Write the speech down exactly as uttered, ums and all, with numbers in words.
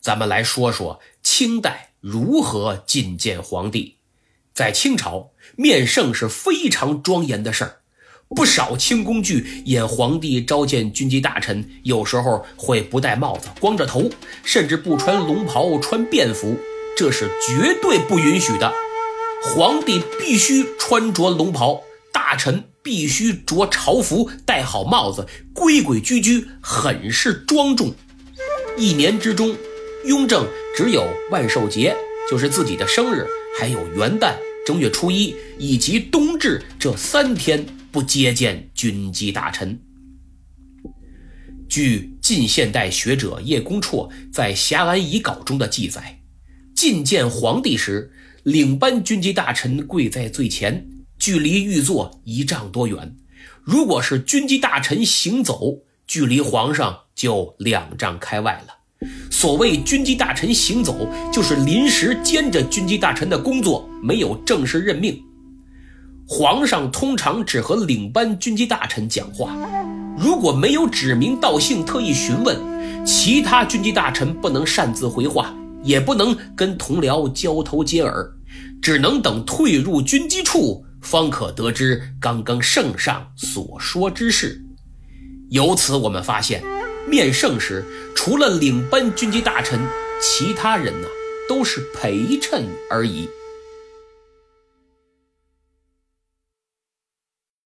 咱们来说说清代如何觐见皇帝。在清朝，面圣是非常庄严的事儿，不少清宫剧演皇帝召见军机大臣，有时候会不戴帽子，光着头，甚至不穿龙袍，穿便服，这是绝对不允许的。皇帝必须穿着龙袍，大臣必须着朝服，戴好帽子，规规矩矩，很是庄重。一年之中，雍正只有万寿节，就是自己的生日，还有元旦、正月初一以及冬至这三天不接见军机大臣。据近现代学者叶公绰在《遐褡遗稿》中的记载，觐见皇帝时，领班军机大臣跪在最前，距离御座一丈多远。如果是军机大臣行走，距离皇上就两丈开外了。所谓军机大臣行走，就是临时兼着军机大臣的工作，没有正式任命。皇上通常只和领班军机大臣讲话，如果没有指名道姓特意询问，其他军机大臣不能擅自回话，也不能跟同僚交头接耳，只能等退入军机处，方可得知刚刚圣上所说之事。由此我们发现，面圣时除了领班军机大臣，其他人呢、啊、都是陪衬而已。